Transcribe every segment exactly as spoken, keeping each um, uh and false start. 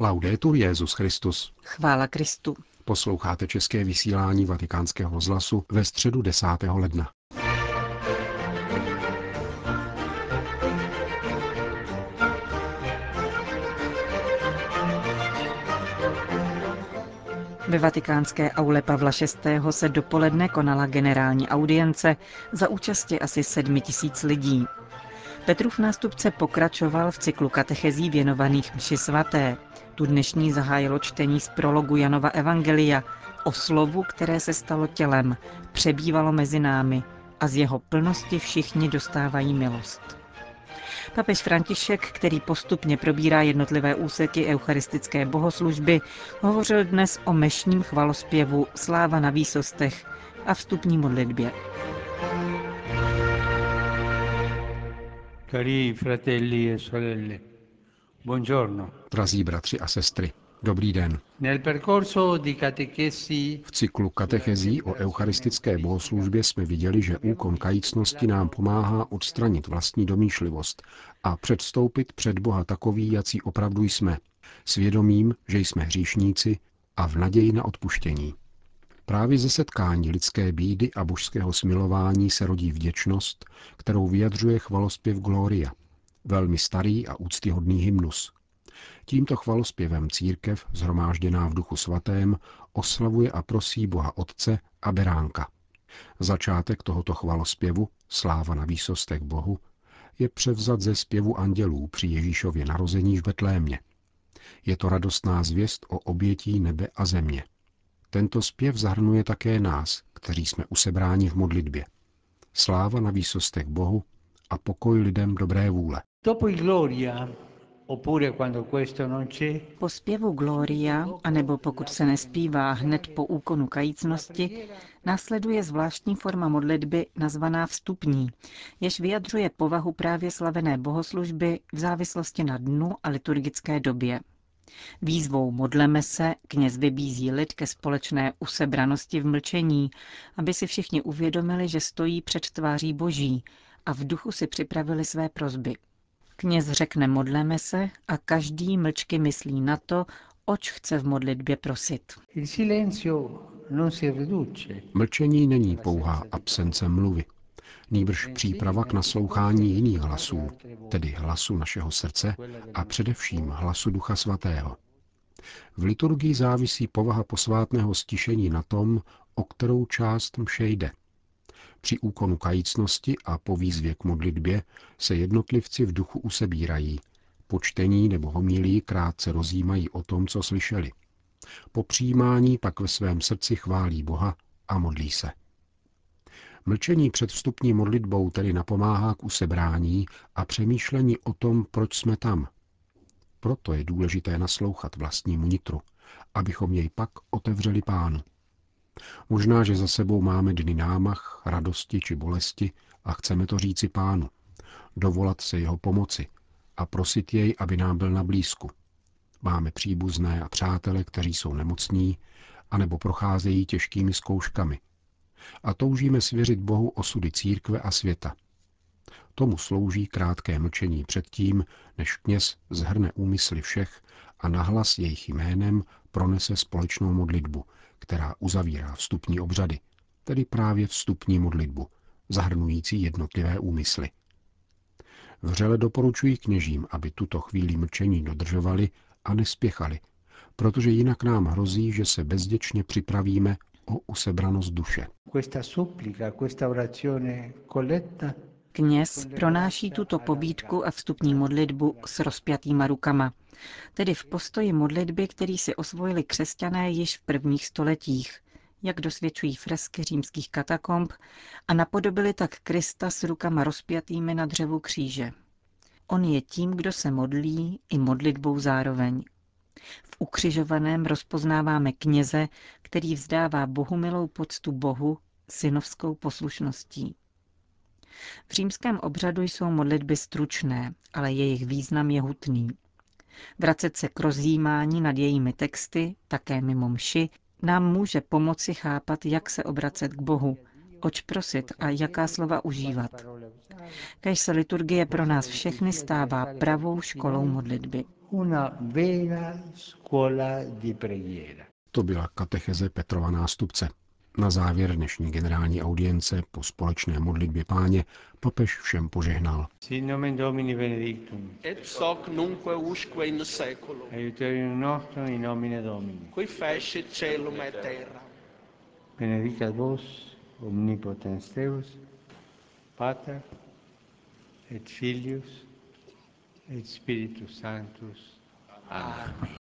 Laudetur Jesus Christus. Chvála Kristu. Posloucháte české vysílání Vatikánského rozhlasu ve středu desátého ledna. Ve vatikánské aule Pavla šestého. se dopoledne konala generální audience za účasti asi sedmi tisíc lidí. Petrův nástupce pokračoval v cyklu katechezí věnovaných mši svaté. Tu dnešní zahájilo čtení z prologu Janova evangelia o slovu, které se stalo tělem, přebývalo mezi námi a z jeho plnosti všichni dostávají milost. Papež František, který postupně probírá jednotlivé úseky eucharistické bohoslužby, hovořil dnes o mešním chvalospěvu Sláva na výsostech a vstupní modlitbě. Cari fratelli e sorelle, buongiorno. Drazí bratři a sestry, dobrý den. Nel percorso di catechesi V cyklu katechezí o eucharistické bohoslužbě jsme viděli, že úkon kajícnosti nám pomáhá odstranit vlastní domýšlivost a předstoupit před Boha takový, jací opravdu jsme, svědomím, že jsme hříšníci a v naději na odpuštění. Právě ze setkání lidské bídy a božského smilování se rodí vděčnost, kterou vyjadřuje chvalospěv Gloria, velmi starý a úctyhodný hymnus. Tímto chvalospěvem církev, shromážděná v Duchu svatém, oslavuje a prosí Boha Otce a Beránka. Začátek tohoto chvalospěvu, Sláva na výsostech Bohu, je převzat ze zpěvu andělů při Ježíšově narození v Betlémě. Je to radostná zvěst o obětí nebe a země. Tento zpěv zahrnuje také nás, kteří jsme usebráni v modlitbě. Sláva na výsostech Bohu a pokoj lidem dobré vůle. Po zpěvu Gloria, anebo pokud se nespívá hned po úkonu kajícnosti, následuje zvláštní forma modlitby nazvaná vstupní, jež vyjadřuje povahu právě slavené bohoslužby v závislosti na dnu a liturgické době. Výzvou modleme se kněz vybízí lid ke společné usebranosti v mlčení, aby si všichni uvědomili, že stojí před tváří Boží a v duchu si připravili své prosby. Kněz řekne modleme se a každý mlčky myslí na to, oč chce v modlitbě prosit. Mlčení není pouhá absence mluvy, nýbrž příprava k naslouchání jiných hlasů, tedy hlasu našeho srdce a především hlasu Ducha Svatého. V liturgii závisí povaha posvátného stišení na tom, o kterou část mše jde. Při úkonu kajícnosti a po výzvě k modlitbě se jednotlivci v duchu usebírají, po čtení nebo homilii krátce rozjímají o tom, co slyšeli. Po přijímání pak ve svém srdci chválí Boha a modlí se. Mlčení před vstupní modlitbou tedy napomáhá k usebrání a přemýšlení o tom, proč jsme tam. Proto je důležité naslouchat vlastnímu nitru, abychom jej pak otevřeli Pánu. Možná, že za sebou máme dny námach, radosti či bolesti a chceme to říci Pánu, dovolat se jeho pomoci a prosit jej, aby nám byl na blízku. Máme příbuzné a přátele, kteří jsou nemocní, anebo procházejí těžkými zkouškami. A toužíme svěřit Bohu osudy církve a světa. Tomu slouží krátké mlčení předtím, než kněz zhrne úmysly všech a nahlas jejich jménem pronese společnou modlitbu, která uzavírá vstupní obřady, tedy právě vstupní modlitbu, zahrnující jednotlivé úmysly. Vřele doporučuji kněžím, aby tuto chvíli mlčení dodržovali a nespěchali, protože jinak nám hrozí, že se bezděčně připravíme o usebranost duše. Kněz pronáší tuto pobídku a vstupní modlitbu s rozpjatýma rukama, tedy v postoji modlitby, který si osvojili křesťané již v prvních stoletích, jak dosvědčují fresky římských katakomb, a napodobili tak Krista s rukama rozpjatými na dřevu kříže. On je tím, kdo se modlí, i modlitbou zároveň. V ukřižovaném rozpoznáváme kněze, který vzdává bohumilou poctu Bohu synovskou poslušností. V římském obřadu jsou modlitby stručné, ale jejich význam je hutný. Vracet se k rozjímání nad jejími texty, také mimo mši, nám může pomoci chápat, jak se obracet k Bohu, oč prosit a jaká slova užívat. Kéž se liturgie pro nás všechny stává pravou školou modlitby. una vera scuola di preghiera. To byla katecheze Petrova nástupce. Na závěr dnešní generální audience po společné modlitbě Páně papež všem požehnal. Sit nomen Domini benedictum. Et hoc nunque usque in seculum. Aiuterium nostrum in nomine Domini. Qui fecit caelum et terra. Benedicat vos omnipotens Deus, Pater et Filius et Spiritus Sanctus. Amen.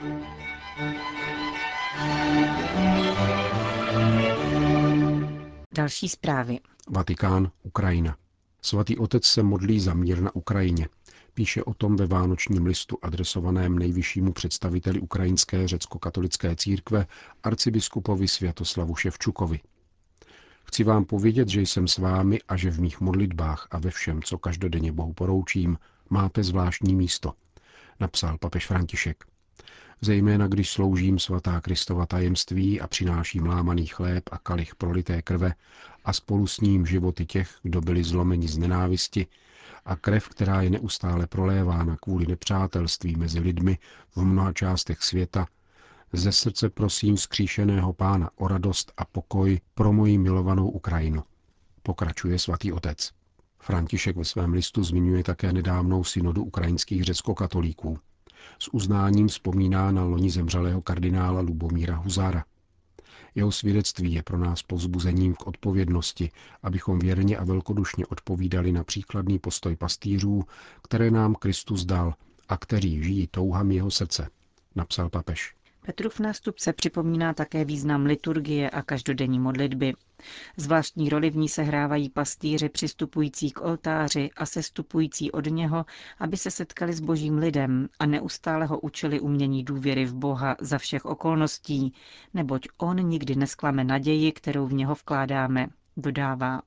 Další zprávy. Vatikán, Ukrajina. Svatý otec se modlí za mír na Ukrajině. Píše o tom ve vánočním listu adresovaném nejvyššímu představiteli ukrajinské řecko-katolické církve arcibiskupovi Sviatoslavu Ševčukovi. Chci vám povědět, že jsem s vámi a že v mých modlitbách a ve všem, co každodenně Bohu poroučím, máte zvláštní místo, napsal papež František. Zejména když sloužím svatá Kristova tajemství a přináším lámaný chléb a kalich prolité krve a spolu s ním životy těch, kdo byli zlomeni z nenávisti, a krev, která je neustále prolévána kvůli nepřátelství mezi lidmi v mnoha částech světa, ze srdce prosím vzkříšeného Pána o radost a pokoj pro moji milovanou Ukrajinu. Pokračuje svatý otec. František ve svém listu zmiňuje také nedávnou synodu ukrajinských řeckokatolíků. S uznáním vzpomíná na loni zemřelého kardinála Lubomíra Huzára. Jeho svědectví je pro nás povzbuzením k odpovědnosti, abychom věrně a velkodušně odpovídali na příkladný postoj pastýřů, které nám Kristus dal a kteří žijí touhami jeho srdce, napsal papež. Petrův nástupce připomíná také význam liturgie a každodenní modlitby. Zvláštní roli v ní sehrávají pastýři přistupující k oltáři a sestupující od něho, aby se setkali s božím lidem a neustále ho učili umění důvěry v Boha za všech okolností, neboť on nikdy nesklame naději, kterou v něho vkládáme, dodává.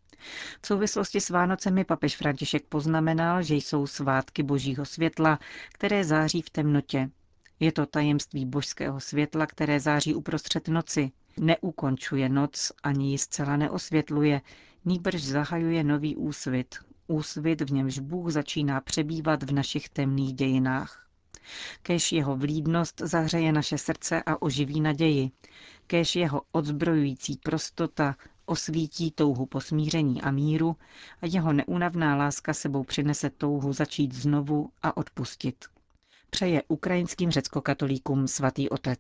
V souvislosti s Vánocemi papež František poznamenal, že jsou svátky božího světla, které září v temnotě. Je to tajemství božského světla, které září uprostřed noci. Neukončuje noc, ani ji zcela neosvětluje, nýbrž zahajuje nový úsvit. Úsvit, v němž Bůh začíná přebývat v našich temných dějinách. Kéž jeho vlídnost zahřeje naše srdce a oživí naději. Kéž jeho odzbrojující prostota osvítí touhu po smíření a míru a jeho neúnavná láska sebou přinese touhu začít znovu a odpustit. Přeje ukrajinským řeckokatolíkům svatý otec.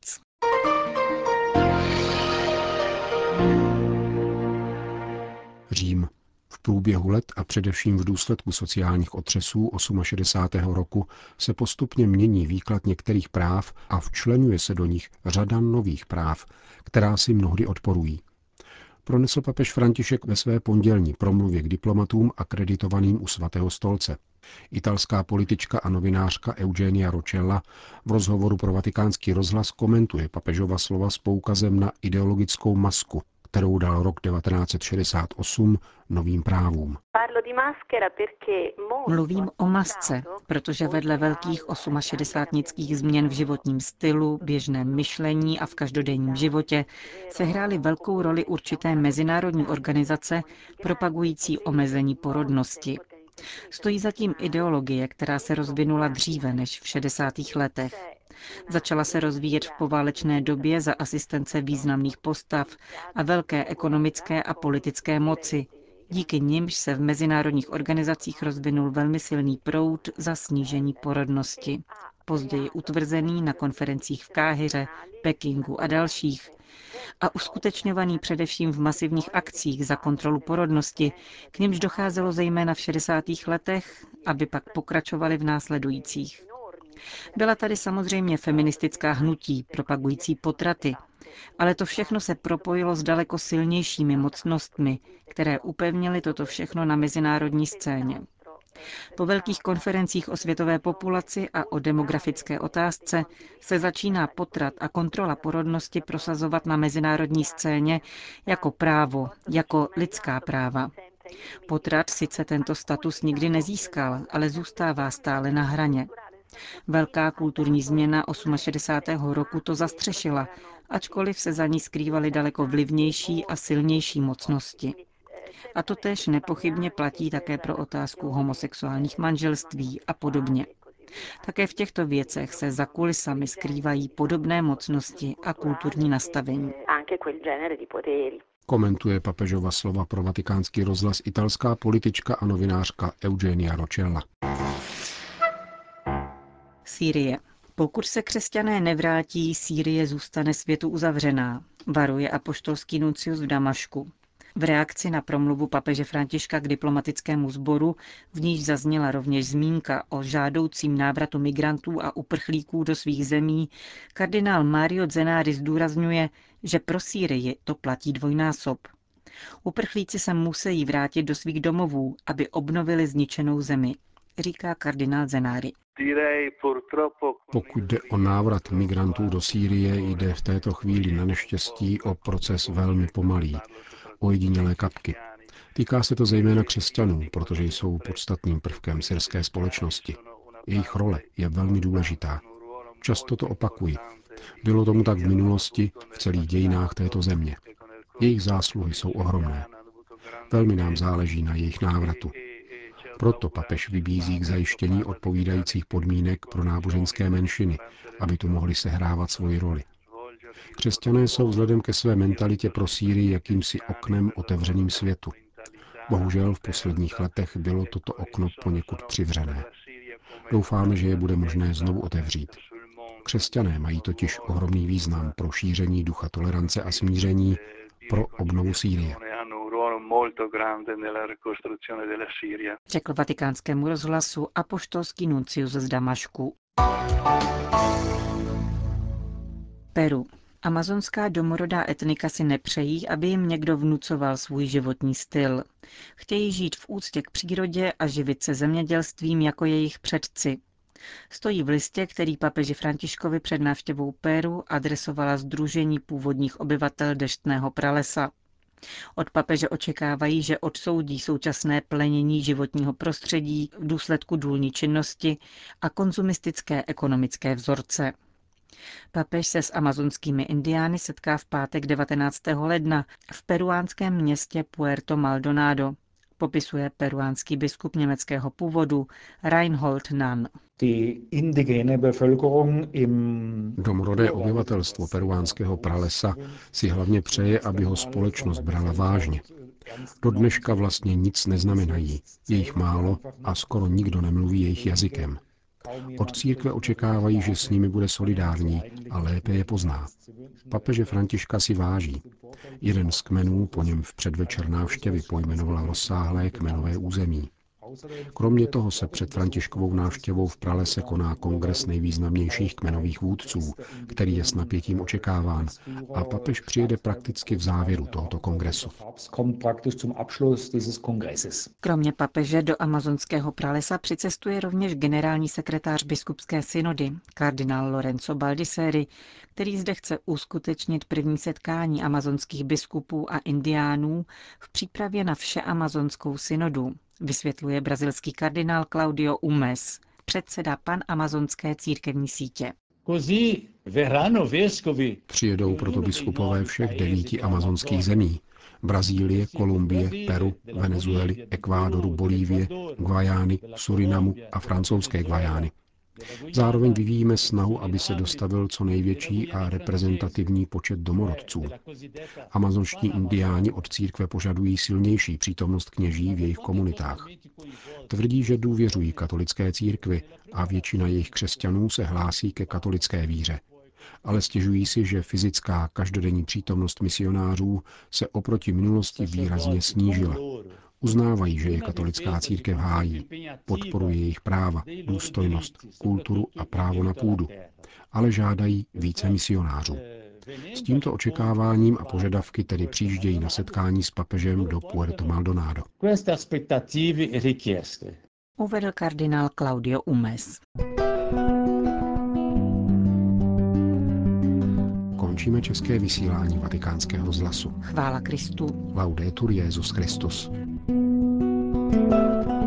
Řím. V průběhu let a především v důsledku sociálních otřesů šedesátého osmého roku se postupně mění výklad některých práv a včlenuje se do nich řada nových práv, která si mnohdy odporují. Pronesl papež František ve své pondělní promluvě k diplomatům akreditovaným u svatého stolce. Italská politička a novinářka Eugenia Roccella v rozhovoru pro Vatikánský rozhlas komentuje papežova slova s poukazem na ideologickou masku, kterou dal rok devatenáct set šedesát osm novým právům. Mluvím o masce, protože vedle velkých šedesátnických změn v životním stylu, běžném myšlení a v každodenním životě sehrály velkou roli určité mezinárodní organizace propagující omezení porodnosti. Stojí zatím ideologie, která se rozvinula dříve než v šedesátých letech. Začala se rozvíjet v poválečné době za asistence významných postav a velké ekonomické a politické moci. Díky nimž se v mezinárodních organizacích rozvinul velmi silný proud za snížení porodnosti. Později utvrzený na konferencích v Káhiře, Pekingu a dalších a uskutečňovaný především v masivních akcích za kontrolu porodnosti, k nimž docházelo zejména v šedesátých letech, aby pak pokračovali v následujících. Byla tady samozřejmě feministická hnutí, propagující potraty, ale to všechno se propojilo s daleko silnějšími mocnostmi, které upevnily toto všechno na mezinárodní scéně. Po velkých konferencích o světové populaci a o demografické otázce se začíná potrat a kontrola porodnosti prosazovat na mezinárodní scéně jako právo, jako lidská práva. Potrat sice tento status nikdy nezískal, ale zůstává stále na hraně. Velká kulturní změna šedesátého osmého roku to zastřešila, ačkoliv se za ní skrývaly daleko vlivnější a silnější mocnosti. A to též nepochybně platí také pro otázku homosexuálních manželství a podobně. Také v těchto věcech se za kulisami skrývají podobné mocnosti a kulturní nastavení. Komentuje papežova slova pro Vatikánský rozhlas italská politička a novinářka Eugenia Rocella. Sýrie. Pokud se křesťané nevrátí, Sýrie zůstane světu uzavřená, varuje apoštolský nuncius v Damašku. V reakci na promluvu papeže Františka k diplomatickému sboru, v níž zazněla rovněž zmínka o žádoucím návratu migrantů a uprchlíků do svých zemí, kardinál Mario Zenari zdůrazňuje, že pro Sýrii to platí dvojnásob. Uprchlíci se musí vrátit do svých domovů, aby obnovili zničenou zemi, říká kardinál Zenari. Pokud jde o návrat migrantů do Sýrie, jde v této chvíli na neštěstí o proces velmi pomalý, ojedinělé kapky. Týká se to zejména křesťanů, protože jsou podstatným prvkem syrské společnosti. Jejich role je velmi důležitá. Často to opakuji. Bylo tomu tak v minulosti, v celých dějinách této země. Jejich zásluhy jsou ohromné. Velmi nám záleží na jejich návratu. Proto papež vybízí k zajištění odpovídajících podmínek pro náboženské menšiny, aby tu mohli sehrávat svoji roli. Křesťané jsou vzhledem ke své mentalitě pro Sýrii jakýmsi oknem otevřeným světu. Bohužel v posledních letech bylo toto okno poněkud přivřené. Doufáme, že je bude možné znovu otevřít. Křesťané mají totiž ohromný význam pro šíření ducha tolerance a smíření, pro obnovu Sýrie. Řekl Vatikánskému rozhlasu apoštolský nuncius z Damašku. Peru. Amazonská domorodá etnika si nepřejí, aby jim někdo vnucoval svůj životní styl. Chtějí žít v úctě k přírodě a živit se zemědělstvím jako jejich předci. Stojí v listě, který papeži Františkovi před návštěvou Peru adresovala Sdružení původních obyvatel deštného pralesa. Od papeže očekávají, že odsoudí současné plenění životního prostředí v důsledku důlní činnosti a konzumistické ekonomické vzorce. Papež se s amazonskými indiány setká v pátek devatenáctého ledna v peruánském městě Puerto Maldonado, popisuje peruánský biskup německého původu Reinhold Nann. Domorodé obyvatelstvo peruánského pralesa si hlavně přeje, aby ho společnost brala vážně. Do dneška vlastně nic neznamenají, je jich málo a skoro nikdo nemluví jejich jazykem. Od církve očekávají, že s nimi bude solidární a lépe je pozná. Papeže Františka si váží. Jeden z kmenů po něm v předvečer návštěvy pojmenoval rozsáhlé kmenové území. Kromě toho se před Františkovou návštěvou v pralese koná kongres nejvýznamnějších kmenových vůdců, který je s napětím očekáván, a papež přijede prakticky v závěru tohoto kongresu. Kromě papeže do amazonského pralesa přicestuje rovněž generální sekretář biskupské synody, kardinál Lorenzo Baldisseri, který zde chce uskutečnit první setkání amazonských biskupů a indiánů v přípravě na všeamazonskou synodu, vysvětluje brazilský kardinál Claudio Umes, předseda panamazonské církevní sítě. Přijedou proto biskupové všech devíti amazonských zemí. Brazílie, Kolumbie, Peru, Venezuely, Ekvádoru, Bolívie, Guajány, Surinamu a francouzské Guajány. Zároveň vyvíjíme snahu, aby se dostavil co největší a reprezentativní počet domorodců. Amazonští indiáni od církve požadují silnější přítomnost kněží v jejich komunitách. Tvrdí, že důvěřují katolické církvi a většina jejich křesťanů se hlásí ke katolické víře. Ale stěžují si, že fyzická každodenní přítomnost misionářů se oproti minulosti výrazně snížila. Uznávají, že je katolická církev hájí, podporuje jejich práva, důstojnost, kulturu a právo na půdu, ale žádají více misionářů. S tímto očekáváním a požadavky tedy přijíždějí na setkání s papežem do Puerto Maldonado. Uvedl kardinál Claudio Umes. Končíme české vysílání Vatikánského rozhlasu. Chvála Kristu. Laudetur Jesus Christus. thank you